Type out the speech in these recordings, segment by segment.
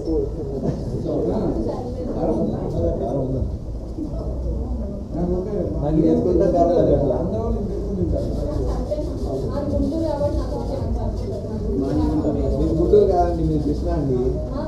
నాకు నేర్చుకుంటే మీరు గుంటూరు కాదండి, మీరు కృష్ణ అండి.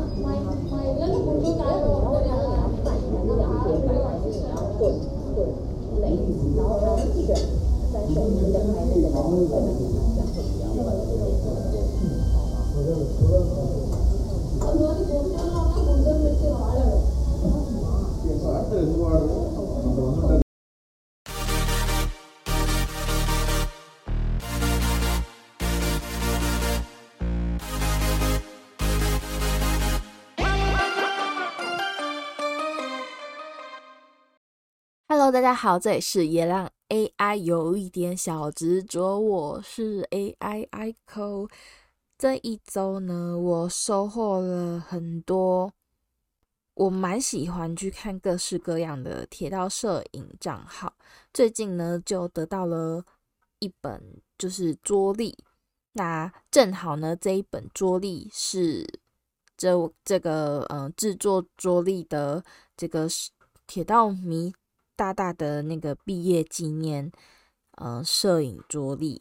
Hello， 大家好，这里是也让 AI 有一点小执着，我是 AI Ico。这一周呢，我收获了很多，我蛮喜欢去看各式各样的铁道摄影账号。最近呢，就得到了一本就是桌历，那正好呢，这一本桌历是这个制作桌历的这个铁道迷大大的那个毕业纪念摄影桌历。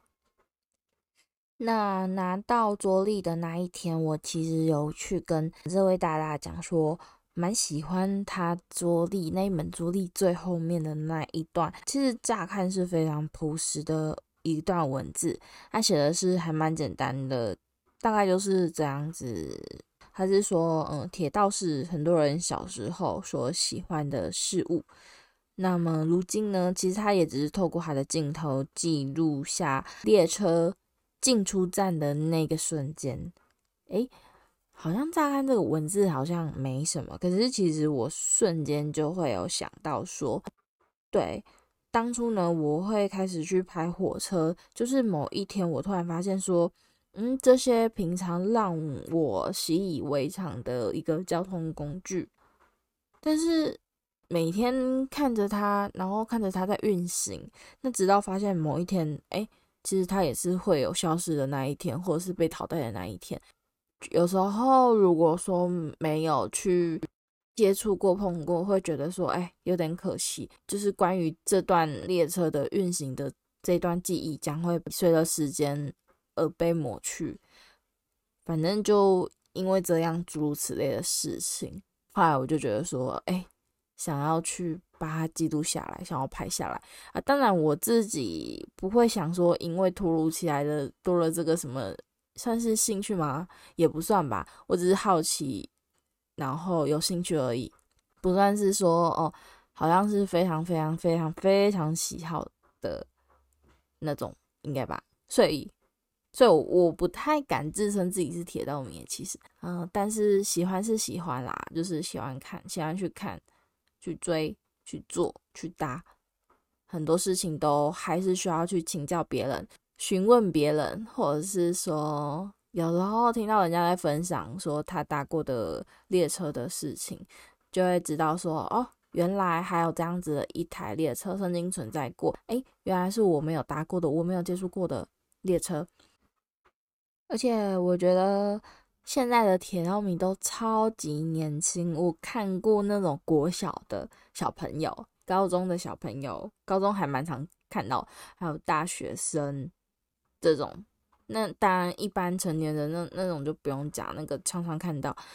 那拿到桌历的那一天，我其实有去跟这位大大讲说，蛮喜欢他桌历那一本桌历最后面的那一段，其实乍看是非常朴实的一段文字，他写的是还蛮简单的，大概就是这样子。他是说，铁道是很多人小时候所喜欢的事物。那么如今呢，其实他也只是透过他的镜头记录下列车进出站的那个瞬间。好像乍看这个文字好像没什么，可是其实我瞬间就会有想到说，对，当初呢我会开始去拍火车，就是某一天我突然发现说，这些平常让我习以为常的一个交通工具，但是每天看着它，然后看着它在运行，那直到发现某一天，其实它也是会有消失的那一天，或者是被淘汰的那一天。有时候如果说没有去接触过、碰过，会觉得说，有点可惜。就是关于这段列车的运行的这段记忆，将会随着时间而被抹去。反正就因为这样诸如此类的事情，后来我就觉得说，想要去把它记录下来，想要拍下来啊。当然我自己不会想说，因为突如其来的多了这个什么，算是兴趣吗？也不算吧，我只是好奇，然后有兴趣而已，不算是说好像是非常非常非常非常喜好的那种，应该吧。所以我不太敢自称自己是铁道迷，其实，但是喜欢是喜欢啦，就是喜欢看，喜欢去看。去追、去做、去搭，很多事情都还是需要去请教别人、询问别人，或者是说有时候听到人家在分享说他搭过的列车的事情，就会知道说原来还有这样子的一台列车曾经存在过，原来是我没有搭过的，我没有接触过的列车。而且我觉得现在的铁道迷都超级年轻，我看过那种国小的小朋友、高中的小朋友，高中还蛮常看到，还有大学生这种。那当然，一般成年人那种就不用讲，那个常常看到。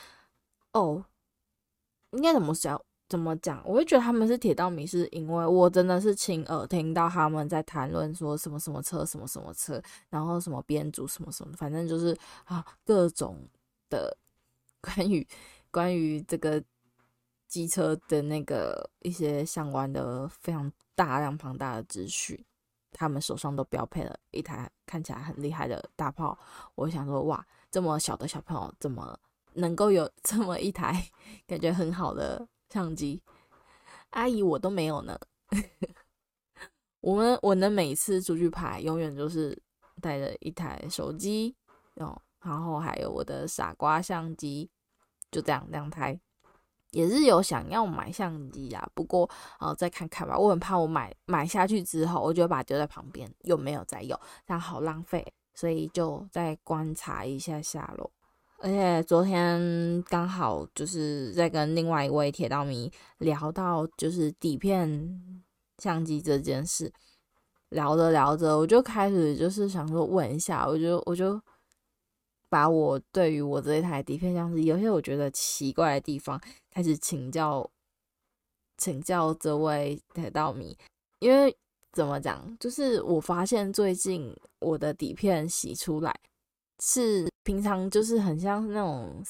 应该怎么讲？我会觉得他们是铁道迷，是因为我真的是亲耳听到他们在谈论说什么什么车、什么什么车，然后什么编组什么什么，反正就是各种的关于这个机车的那个一些相关的非常大量庞大的资讯，他们手上都标配了一台看起来很厉害的大炮。我想说，哇，这么小的小朋友怎么能够有这么一台感觉很好的相机？阿姨我都没有呢。我能每次出去拍，永远就是带着一台手机，然后还有我的傻瓜相机，就这样2台。也是有想要买相机啊，不过再看看吧。我很怕我买下去之后，我就把它丢在旁边，又没有再用，这样好浪费，所以就再观察一下下咯。 而且昨天刚好就是在跟另外一位铁道迷聊到就是底片相机这件事，聊着聊着我就开始就是想说问一下，我就把我对于我这一台底片相机有些我觉得奇怪的地方开始请教这位铁道迷，因为怎么讲，就是我发现最近我的底片洗出来是平常就是很像那种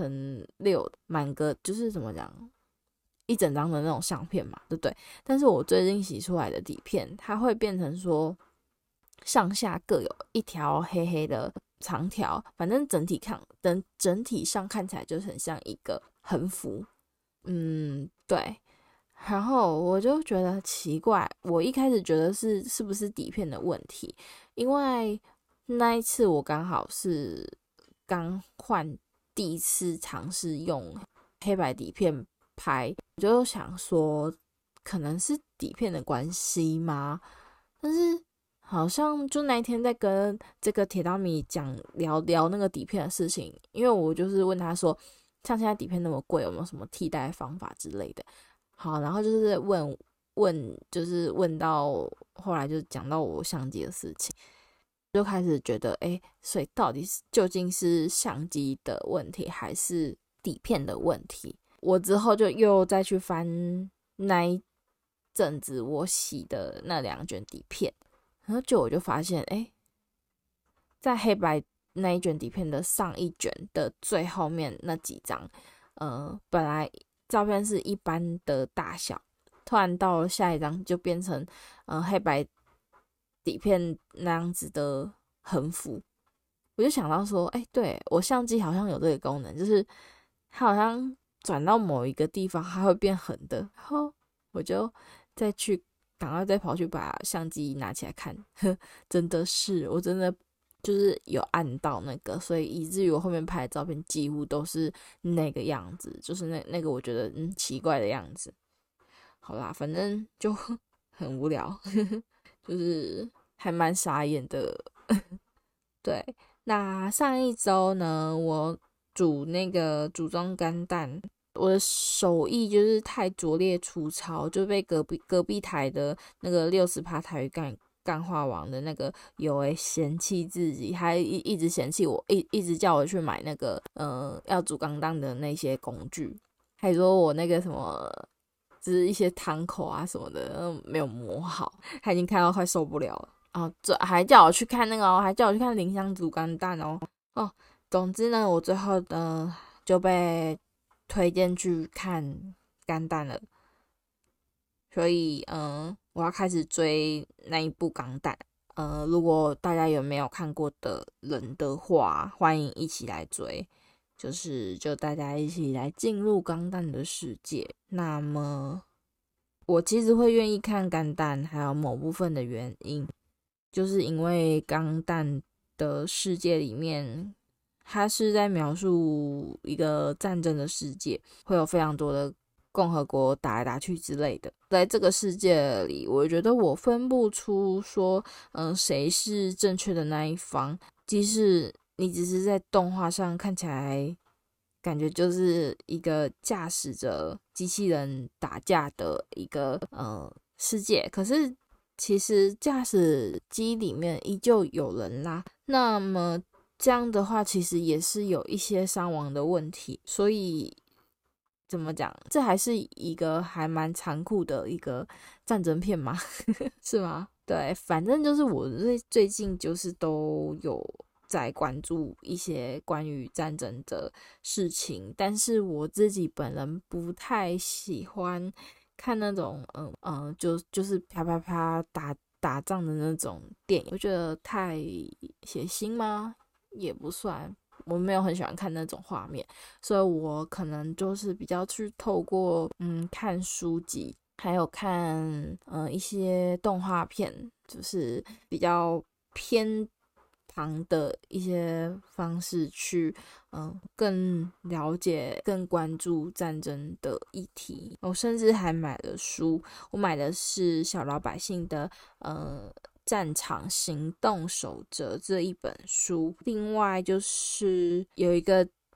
3x6满个，就是怎么讲，一整张的那种相片嘛，对不对？但是我最近洗出来的底片，它会变成说上下各有一条黑黑的长条，反正整体上看起来就很像一个横幅。对。然后我就觉得奇怪，我一开始觉得是不是底片的问题，因为那一次我刚好是刚换第一次尝试用黑白底片拍，我就想说可能是底片的关系吗？但是好像就那一天在跟这个铁道迷聊那个底片的事情，因为我就是问他说，像现在底片那么贵，有没有什么替代方法之类的。好，然后就是就是问到后来就讲到我相机的事情，就开始觉得，所以到底究竟是相机的问题还是底片的问题？我之后就又再去翻那一阵子我洗的那2卷底片，然后我就发现，在黑白那一卷底片的上一卷的最后面那几张，本来照片是一般的大小，突然到了下一张就变成黑白底片那样子的横幅，我就想到说，对，我相机好像有这个功能，就是它好像转到某一个地方它会变横的，然后我就赶快再跑去把相机拿起来看，真的是我真的就是有按到那个，所以以至于我后面拍的照片几乎都是那个样子，就是那个我觉得奇怪的样子。好啦，反正就很无聊，就是还蛮傻眼的。对，那上一周呢，我组装干蛋，我的手艺就是太拙劣粗糙，就被隔壁台的那个60%台语干话王的那个嫌弃自己，还一直嫌弃我，一直叫我去买那个要煮钢蛋的那些工具，还说我那个什么就是一些汤口啊什么的没有磨好，他已经看到快受不了了。还叫我去看那个还叫我去看林香煮干蛋总之呢，我最后就被推荐去看干蛋了，所以我要开始追那一部钢弹。如果大家有没有看过的人的话，欢迎一起来追，就大家一起来进入钢弹的世界。那么我其实会愿意看钢弹，还有某部分的原因，就是因为钢弹的世界里面，它是在描述一个战争的世界，会有非常多的共和国打来打去之类的。在这个世界里，我觉得我分不出说谁是正确的那一方，即使你只是在动画上看起来感觉就是一个驾驶着机器人打架的一个世界，可是其实驾驶机里面依旧有人啦，那么这样的话其实也是有一些伤亡的问题，所以怎么讲，这还是一个还蛮残酷的一个战争片吗？是吗？对，反正就是我最近就是都有在关注一些关于战争的事情，但是我自己本人不太喜欢看那种就是啪啪啪打仗的那种电影，我觉得太血腥吗？也不算，我没有很喜欢看那种画面，所以我可能就是比较去透过看书籍，还有看一些动画片，就是比较偏旁的一些方式去更了解、更关注战争的议题。我甚至还买了书，我买的是小老百姓的战场行动守则这一本书，另外就是有一个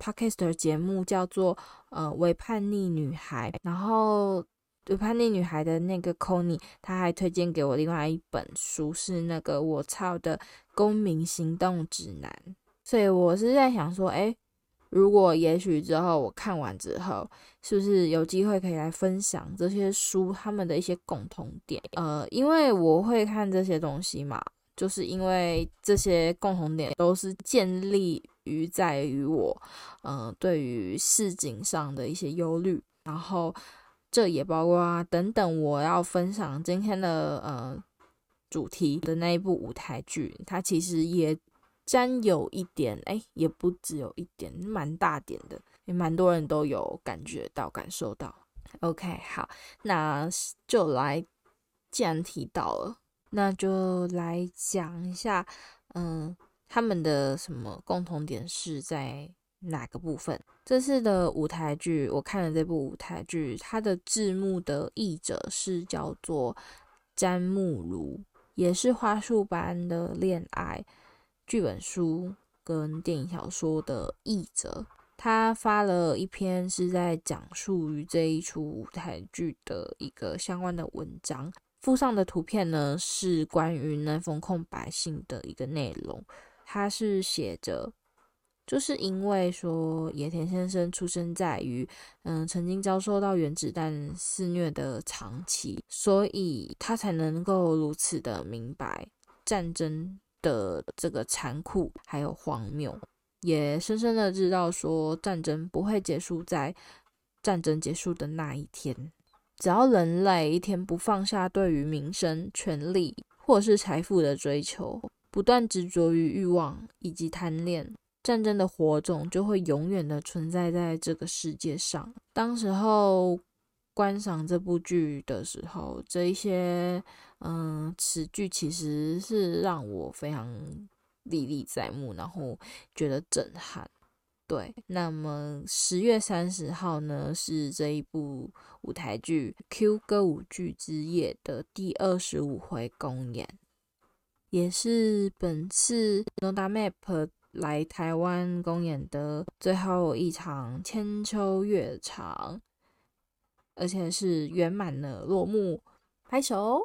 podcast 节目叫做伪叛逆女孩，然后伪叛逆女孩的那个 Connie 她还推荐给我另外一本书，是那个我操的公民行动指南。所以我是在想说如果也许之后我看完之后，是不是有机会可以来分享这些书他们的一些共同点？因为我会看这些东西嘛，就是因为这些共同点都是建立于在于我对于市井上的一些忧虑，然后这也包括等等我要分享今天的主题的那一部舞台剧，它其实也沾有一点也不只有一点，蛮大点的，也蛮多人都有感觉到感受到。 OK， 好，那就来，既然提到了，那就来讲一下他们的什么共同点是在哪个部分。这次的舞台剧，我看了这部舞台剧，它的字幕的译者是叫做詹慕如，也是花束般的恋爱剧本书跟电影小说的译者。他发了一篇是在讲述于这一出舞台剧的一个相关的文章，附上的图片呢是关于那封空白信的一个内容。他是写着，就是因为说野田先生出生在于曾经遭受到原子弹肆虐的长期，所以他才能够如此的明白战争的这个残酷还有荒谬，也深深的知道说战争不会结束在战争结束的那一天。只要人类一天不放下对于名声、权力或是财富的追求，不断执着于欲望以及贪恋，战争的火种就会永远的存在在这个世界上。当时候观赏这部剧的时候，这一些词句其实是让我非常历历在目，然后觉得震撼。对，那么10月30号呢，是这一部舞台剧 Q 歌舞剧之夜的第25回公演，也是本次 NODAMAP 来台湾公演的最后一场千秋乐场，而且是圆满的落幕，拍手。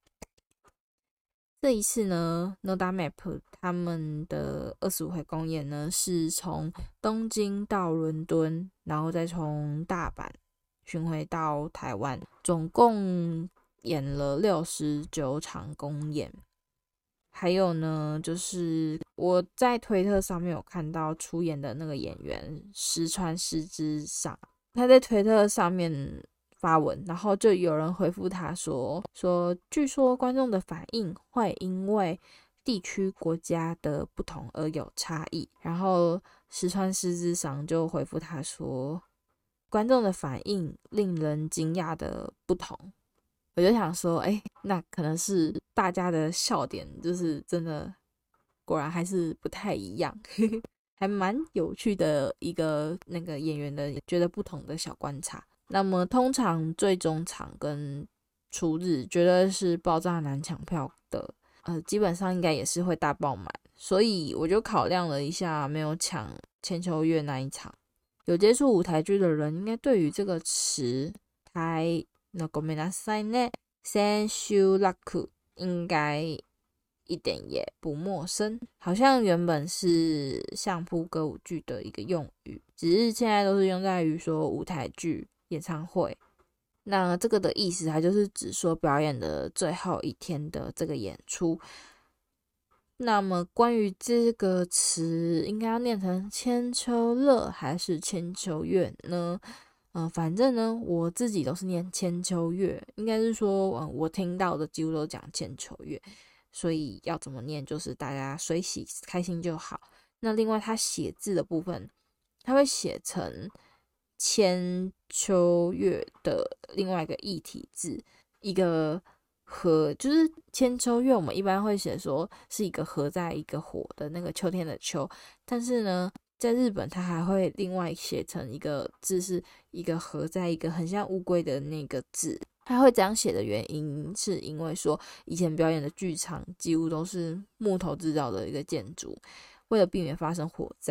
这一次呢 NODAMAP 他们的25回公演呢，是从东京到伦敦，然后再从大阪巡回到台湾，总共演了69场公演。还有呢，就是我在推特上面有看到出演的那个演员石川诗之上，他在推特上面发文，然后就有人回复他说据说观众的反应会因为地区国家的不同而有差异，然后石川诗之上就回复他说观众的反应令人惊讶的不同。我就想说那可能是大家的笑点就是真的果然还是不太一样还蛮有趣的一个那个演员的觉得不同的小观察。那么通常最终场跟初日绝对是爆炸难抢票的，基本上应该也是会大爆满，所以我就考量了一下没有抢千秋月那一场。有接触舞台剧的人应该对于这个词台ごめんなさいね千秋楽应该一点也不陌生，好像原本是相扑歌舞剧的一个用语，只是现在都是用在于说舞台剧演唱会。那这个的意思它就是指说表演的最后一天的这个演出。那么关于这个词应该要念成千秋乐还是千秋月呢？反正呢我自己都是念千秋月，应该是说我听到的几乎都讲千秋月，所以要怎么念就是大家随喜开心就好。那另外它写字的部分，它会写成千秋月的另外一个异体字，一个合，就是千秋月我们一般会写说是一个合在一个火的那个秋天的秋，但是呢在日本它还会另外写成一个字，是一个合在一个很像乌龟的那个字。它会这样写的原因是因为说以前表演的剧场几乎都是木头制造的一个建筑，为了避免发生火灾，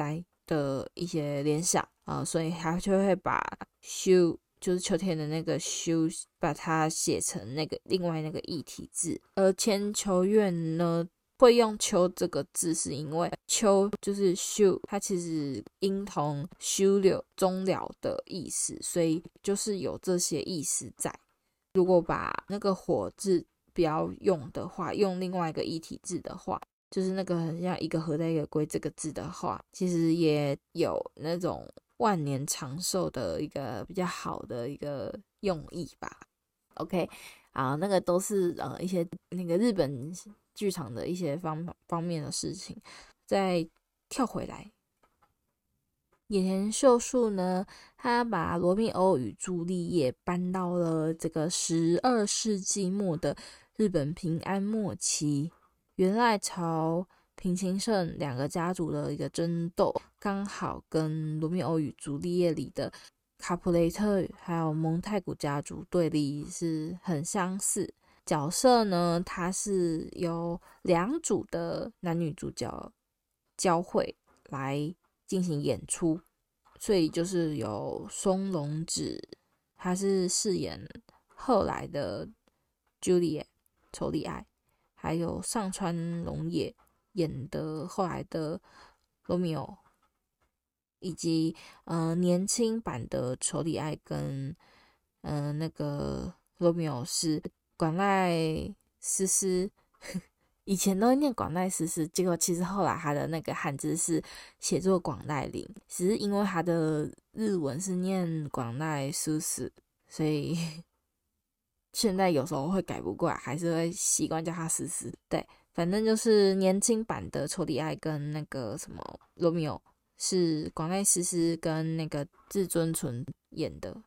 的一些联想所以他就会把秋就是秋天的那个秋，把它写成那个另外那个异体字。而千秋院呢，会用秋这个字，是因为秋就是修，它其实音同修了终了的意思，所以就是有这些意思在。如果把那个火字不要用的话，用另外一个异体字的话，就是那个很像一个合在一个归这个字的话，其实也有那种万年长寿的一个比较好的一个用意吧。OK， 好，那个都是一些那个日本剧场的一些方面的事情。再跳回来，野田秀树呢，他把罗密欧与朱丽叶搬到了这个12世纪末的日本平安末期。源赖朝平清盛两个家族的一个争斗，刚好跟罗密欧与朱丽叶里的卡普雷特还有蒙太古家族对立是很相似。角色呢，它是由2组的男女主角交汇来进行演出，所以就是有松隆子，他是饰演后来的 Juliet 仇丽爱，还有上川龙也演的后来的罗密欧，以及年轻版的仇丽爱跟那个罗密欧是广濑丝丝，以前都会念广濑丝丝，结果其实后来他的那个汉字是写作广濑铃，只是因为他的日文是念广濑丝丝，所以现在有时候会改不过来，还是会习惯叫他丝丝。对，反正就是年轻版的仇丽爱跟那个什么罗密欧是广濑丝丝跟那个至尊纯演的。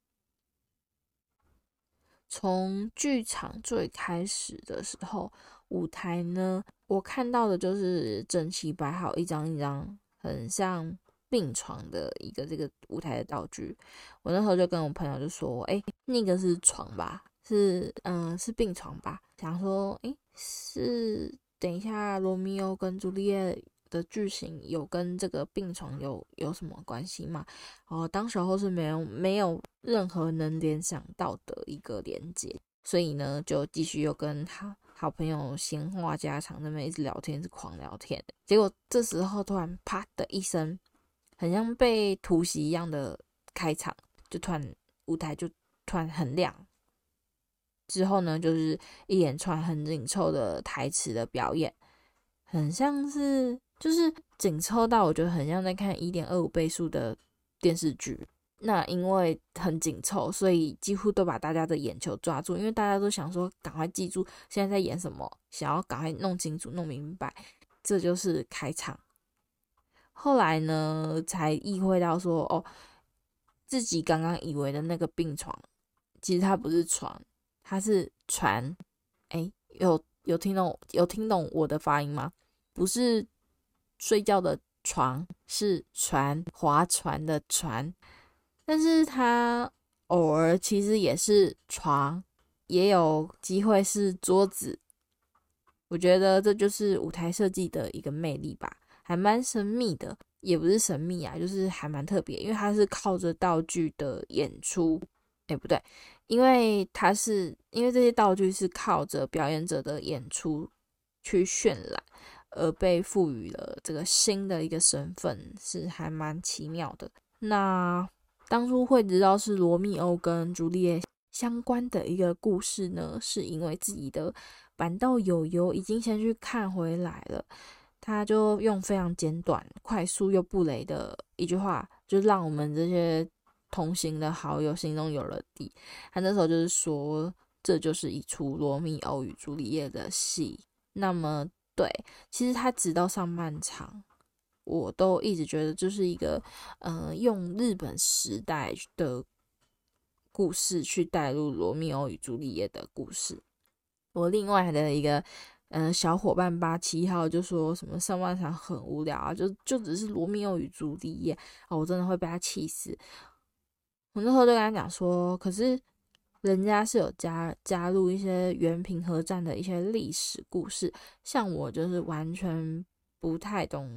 从剧场最开始的时候，舞台呢，我看到的就是整齐摆好一张一张很像病床的一个这个舞台的道具。我那时候就跟我朋友就说，那个是床吧，是病床吧，想说是等一下罗密欧跟朱丽叶的剧情有跟这个病床有什么关系吗？当时候是没有任何能联想到的一个连接，所以呢就继续又跟好朋友闲话家常，那边一直聊天，一直狂聊天。结果这时候突然啪的一声，很像被突袭一样的开场，就突然舞台就突然很亮。之后呢，就是一连串很紧凑的台词的表演，很像是就是紧凑到我觉得很像在看1.25倍速的电视剧。那因为很紧凑，所以几乎都把大家的眼球抓住，因为大家都想说赶快记住现在在演什么，想要赶快弄清楚弄明白，这就是开场。后来呢才意会到说自己刚刚以为的那个病床其实它不是床，它是船。有听懂我的发音吗？不是睡觉的床，是船，划船的船。但是它偶尔其实也是床，也有机会是桌子。我觉得这就是舞台设计的一个魅力吧，还蛮神秘的，也不是神秘啊，就是还蛮特别，因为它是靠着道具的演出，不对，因为这些道具是靠着表演者的演出去渲染，而被赋予了这个新的一个身份，是还蛮奇妙的。那当初会知道是罗密欧跟朱丽叶相关的一个故事呢，是因为自己的板道友友已经先去看回来了，他就用非常简短、快速又不雷的一句话，就让我们这些同行的好友心中有了底。他那时候就是说，这就是一出罗密欧与朱丽叶的戏。那么对，其实他直到上半场我都一直觉得就是一个用日本时代的故事去带入罗密欧与朱丽叶的故事。我另外的一个小伙伴87号就说什么上半场很无聊啊，就只是罗密欧与朱丽叶我真的会被他气死。我那时候就跟他讲说，可是人家是有加入一些原平和战的一些历史故事，像我就是完全不太懂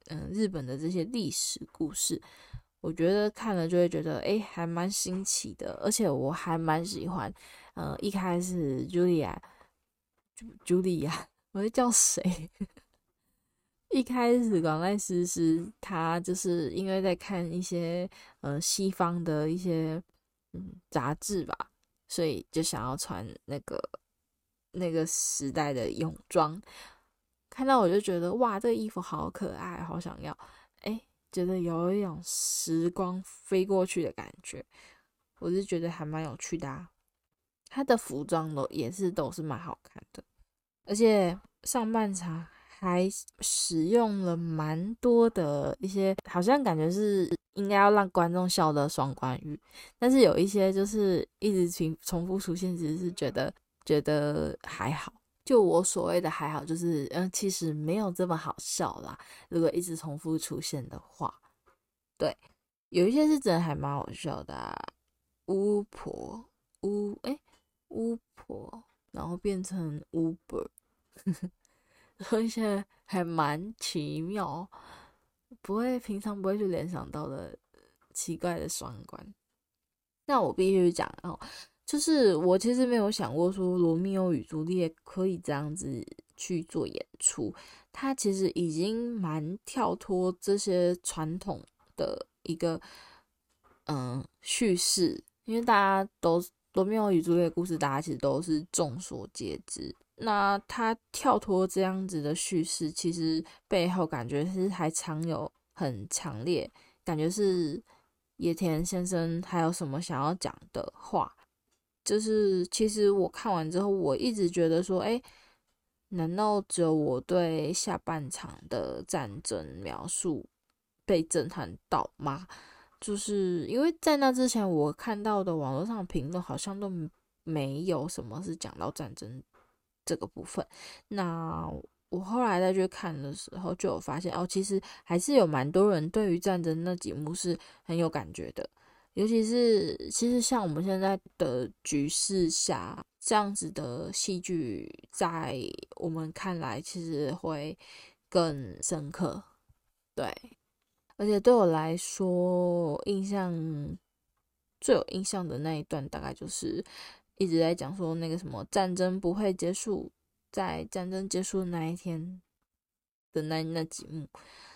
日本的这些历史故事，我觉得看了就会觉得还蛮新奇的，而且我还蛮喜欢一开始茱莉亚，我在叫谁？一开始广濑丝丝他就是因为在看一些西方的一些杂志吧，所以就想要穿那个时代的泳装。看到我就觉得哇，这个衣服好可爱，好想要，觉得有一种时光飞过去的感觉，我是觉得还蛮有趣的啊。他的服装都是蛮好看的，而且上半场还使用了蛮多的一些，好像感觉是应该要让观众笑的双关语，但是有一些就是一直重复出现，只是觉得还好。就我所谓的还好，就是其实没有这么好笑啦。如果一直重复出现的话，对，有一些是真的还蛮好笑的啊。巫婆，巫婆，然后变成 Uber， 而且还蛮奇妙，平常不会去联想到的奇怪的双关。那我必须讲就是我其实没有想过说罗密欧与朱丽叶可以这样子去做演出，它其实已经蛮跳脱这些传统的一个叙事，因为大家都罗密欧与朱丽叶故事，大家其实都是众所皆知。那他跳脱这样子的叙事，其实背后感觉是还藏有很强烈，感觉是野田先生还有什么想要讲的话。就是其实我看完之后，我一直觉得说，难道只有我对下半场的战争描述被震撼到吗？就是因为在那之前，我看到的网络上的评论好像都没有什么是讲到战争这个部分。那我后来再去看的时候，就有发现其实还是有蛮多人对于战争那几幕是很有感觉的。尤其是其实像我们现在的局势下，这样子的戏剧在我们看来其实会更深刻，对。而且对我来说，最有印象的那一段，大概就是一直在讲说那个什么战争不会结束，在战争结束的那一天的那几幕，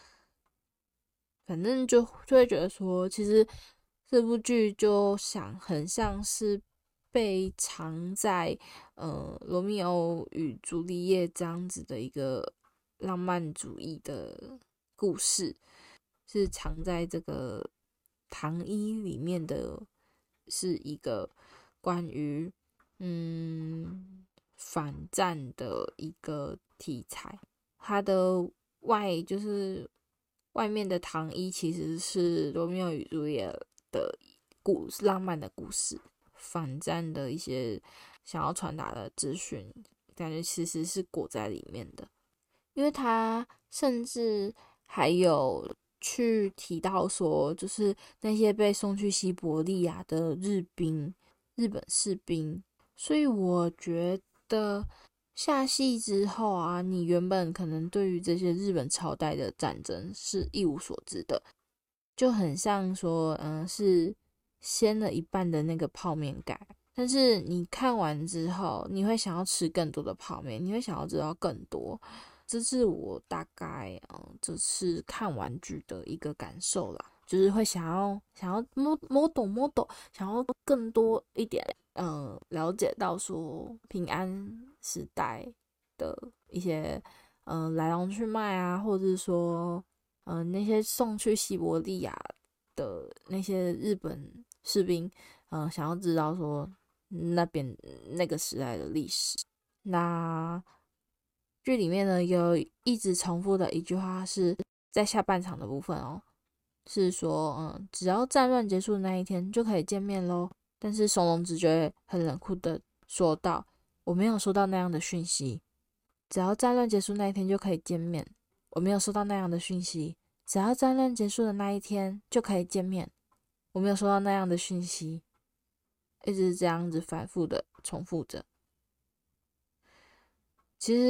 反正就会觉得说，其实这部剧就很像是被藏在罗密欧与朱丽叶这样子的一个浪漫主义的故事，是藏在这个糖衣里面的，是一个关于反战的一个题材。它的就是外面的糖衣其实是罗密欧与朱丽叶的浪漫的故事，反战的一些想要传达的资讯，感觉其实是裹在里面的。因为他甚至还有去提到说，就是那些被送去西伯利亚的日本士兵，所以我觉得下戏之后啊，你原本可能对于这些日本朝代的战争是一无所知的，就很像说是掀了一半的那个泡面盖，但是你看完之后，你会想要吃更多的泡面，你会想要知道更多。这是我大概这次看完剧的一个感受啦，就是会想要摸懂，想要更多一点了解到说平安时代的一些来龙去脉啊，或者是说那些送去西伯利亚的那些日本士兵，想要知道说那边那个时代的历史。那剧里面呢有一直重复的一句话是在下半场的部分是说只要战乱结束的那一天就可以见面咯。但是松隆子就会很冷酷的说道，我没有收到那样的讯息，只要战乱结束那一天就可以见面，我没有收到那样的讯息，只要战乱结束的那一天就可以见面，我没有收到那样的讯息，一直这样子反复的重复着。其实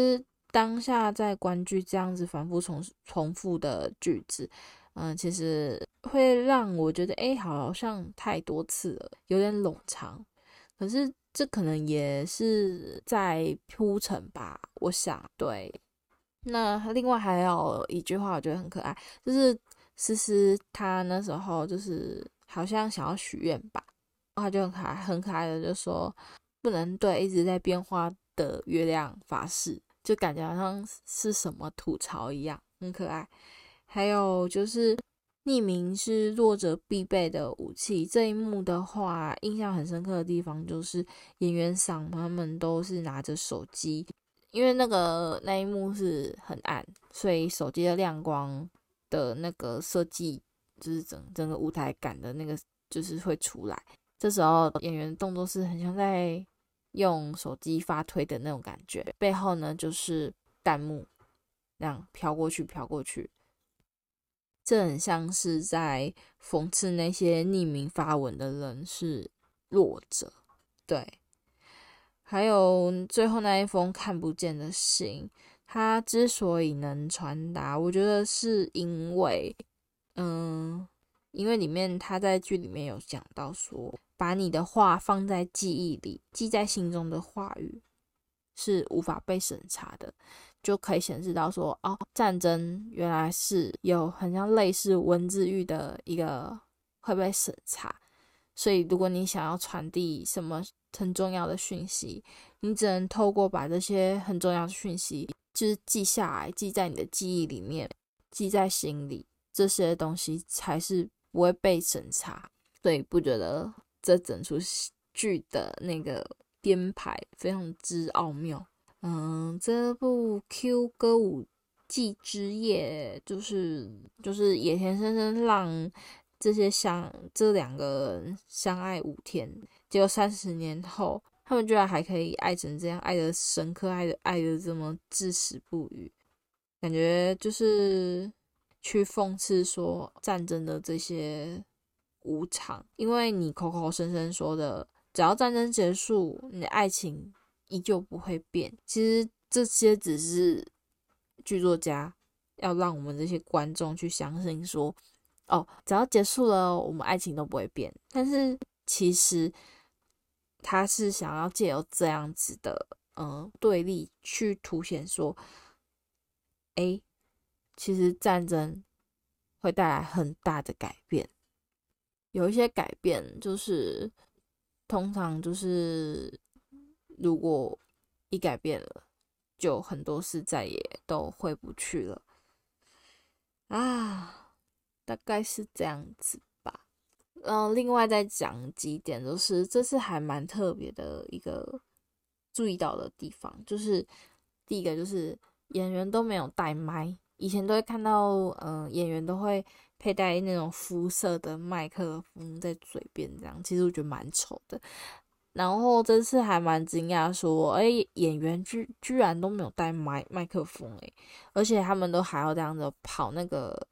当下在观剧这样子反复重复的句子，其实会让我觉得，好像太多次了，有点冗长。可是这可能也是在铺陈吧，我想。对，那另外还有一句话我觉得很可爱，就是思思她那时候就是好像想要许愿吧，他就很可爱的就说不能对一直在变化的月亮发誓，就感觉好像是什么吐槽一样，很可爱。还有就是匿名是弱者必备的武器，这一幕的话印象很深刻的地方就是演员赏他们都是拿着手机，因为那一幕是很暗，所以手机的亮光的那个设计就是整个舞台感的那个就是会出来，这时候演员的动作是很像在用手机发推的那种感觉，背后呢就是弹幕那样飘过去，这很像是在讽刺那些匿名发文的人是弱者。对，还有最后那一封看不见的信，它之所以能传达，我觉得是因为里面他在剧里面有讲到说，把你的话放在记忆里，记在心中的话语是无法被审查的，就可以显示到说，战争原来是有很像类似文字狱的一个会被审查，所以如果你想要传递什么很重要的讯息，你只能透过把这些很重要的讯息就是记下来，记在你的记忆里面，记在心里，这些东西才是不会被审查。所以不觉得这整出剧的那个编排非常之奥妙。这部 Q 歌舞伎之夜就是野田先生让这两个人相爱5天，结果30年后他们居然还可以爱成这样，爱得深刻，爱得这么至死不渝，感觉就是去讽刺说战争的这些无常，因为你口口声声说的只要战争结束你的爱情依旧不会变，其实这些只是剧作家要让我们这些观众去相信说，只要结束了我们爱情都不会变，但是其实他是想要借由这样子的对立去凸显说，其实战争会带来很大的改变，有一些改变就是通常就是如果一改变了，就很多事再也都回不去了啊，大概是这样子吧。另外再讲几点，就是这次还蛮特别的一个注意到的地方，就是第一个就是演员都没有带麦，以前都会看到演员都会佩戴那种肤色的麦克风在嘴边这样，其实我觉得蛮丑的。然后这次还蛮惊讶说，演员居然都没有带麦克风，而且他们都还要这样子跑那个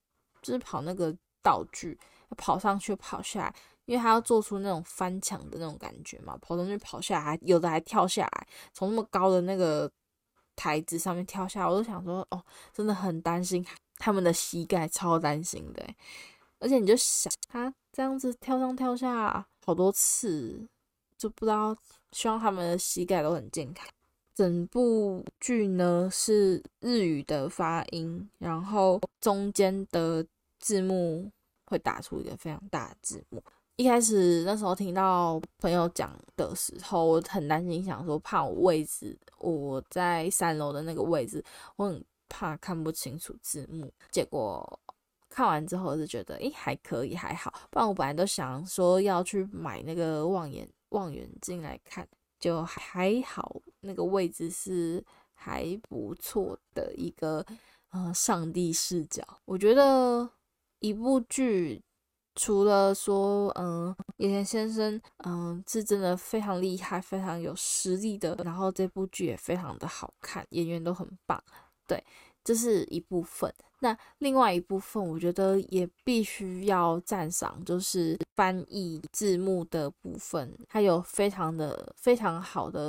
道具，跑上去跑下来，因为他要做出那种翻墙的那种感觉嘛，跑上去跑下来，有的还跳下来，从那么高的那个台子上面跳下来，我都想说，真的很担心他们的膝盖，超担心的。而且你就想他这样子跳上跳下好多次，就不知道，希望他们的膝盖都很健康。整部剧呢是日语的发音，然后中间的字幕会打出一个非常大的字幕。一开始那时候听到朋友讲的时候，我很担心，想说怕我在3楼的那个位置，我很怕看不清楚字幕。结果看完之后就觉得还可以还好，不然我本来都想说要去买那个望远镜来看，就还好那个位置是还不错的一个上帝视角。我觉得一部剧除了说野田先生是真的非常厉害非常有实力的，然后这部剧也非常的好看，演员都很棒，对，这是一部分。那另外一部分我觉得也必须要赞赏，就是翻译字幕的部分，它有非常好的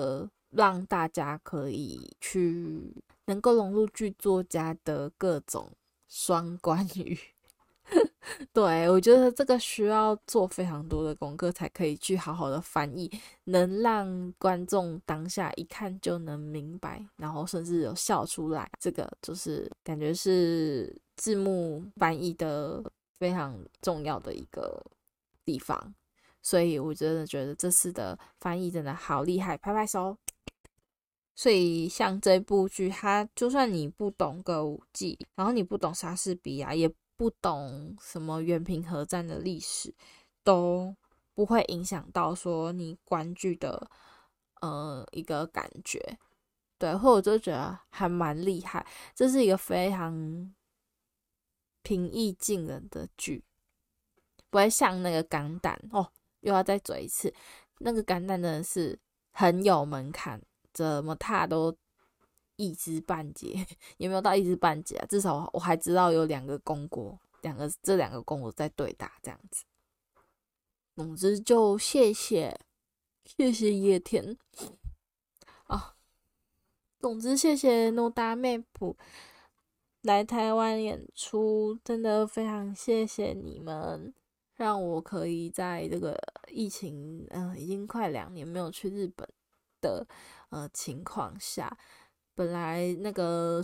让大家可以去能够融入剧作家的各种双关语。对，我觉得这个需要做非常多的功课才可以去好好的翻译，能让观众当下一看就能明白，然后甚至有笑出来，这个就是感觉是字幕翻译的非常重要的一个地方。所以我真的觉得这次的翻译真的好厉害，拍拍手。所以像这部剧，它就算你不懂歌舞伎，然后你不懂莎士比亚，也不懂什么原平和战的历史，都不会影响到说你观剧的一个感觉。对，或者我就觉得还蛮厉害，这是一个非常平易近人的剧，不会像那个钢弹哦，又要再嘴一次，那个钢弹真的是很有门槛，怎么踏都一知半解，也没有到一知半解啊，至少我还知道有两个公国，这两个公国在对打这样子。总之就谢谢叶田啊，总之谢谢诺达妹普来台湾演出，真的非常谢谢你们，让我可以在这个疫情已经快2年没有去日本的情况下，本来那个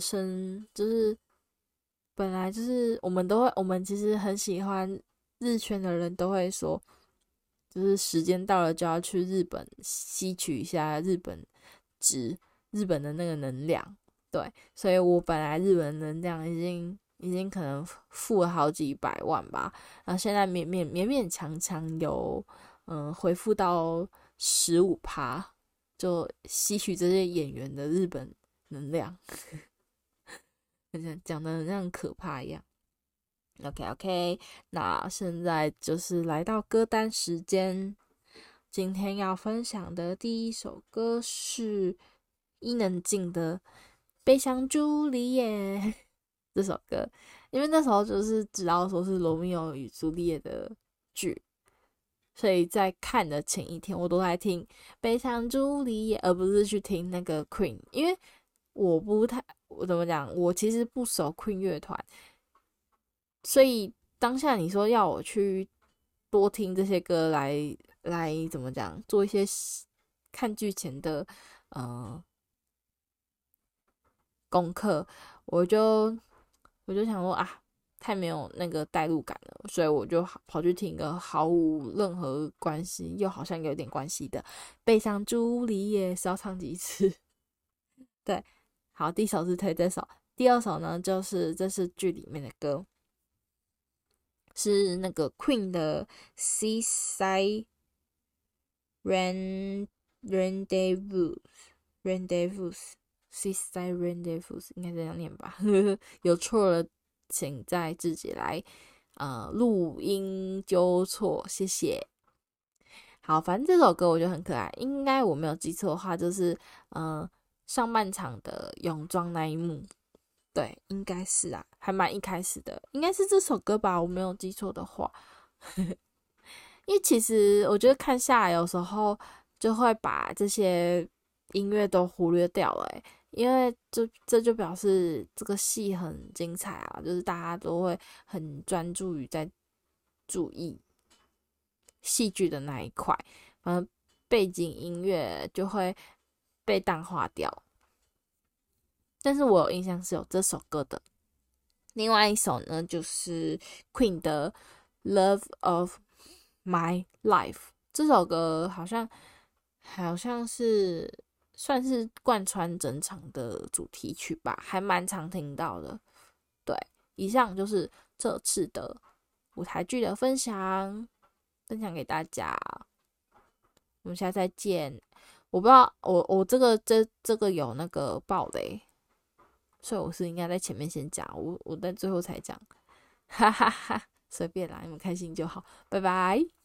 本来就是我们其实很喜欢日圈的人都会说，就是时间到了就要去日本吸取一下日本的那个能量。对，所以我本来日本能量已经可能付了好几百万吧，然后现在勉勉强强有恢复到15%，就吸取这些演员的日本能量，讲的很像可怕一样。OK， 那现在就是来到歌单时间。今天要分享的第一首歌是伊能静的《悲伤朱丽叶》这首歌，因为那时候就是知道说是罗密欧与朱丽叶的剧，所以在看的前一天我都在听《悲伤朱丽叶》，而不是去听那个 Queen， 因为我怎么讲，我其实不熟 Queen 乐团，所以当下你说要我去多听这些歌来怎么讲，做一些看剧前的功课，我就想说啊，太没有那个代入感了，所以我就跑去听一个毫无任何关系又好像有点关系的《悲伤朱丽叶》，是要唱几次？对，好，第一首是推这首，第二首呢就是这是剧里面的歌，是那个 Queen 的 Seaside Rendezvous Seaside Rendezvous 应该这样念吧，有错了请再自己来录音纠错，谢谢。好，反正这首歌我觉得很可爱，应该我没有记错的话就是上半场的泳装那一幕，对，应该是啊，还蛮一开始的，应该是这首歌吧，我没有记错的话。因为其实我觉得看下来有时候就会把这些音乐都忽略掉了因为这就表示这个戏很精彩啊，就是大家都会很专注于在注意戏剧的那一块，背景音乐就会被淡化掉。但是我有印象是有这首歌的。另外一首呢，就是 Queen 的 Love of My Life， 这首歌好像是算是贯穿整场的主题曲吧，还蛮常听到的。对，以上就是这次的舞台剧的分享给大家，我们下次再见。我不知道我这个有那个爆雷，所以我是应该在前面先讲，我在最后才讲，哈哈哈，随便啦，你们开心就好，拜拜。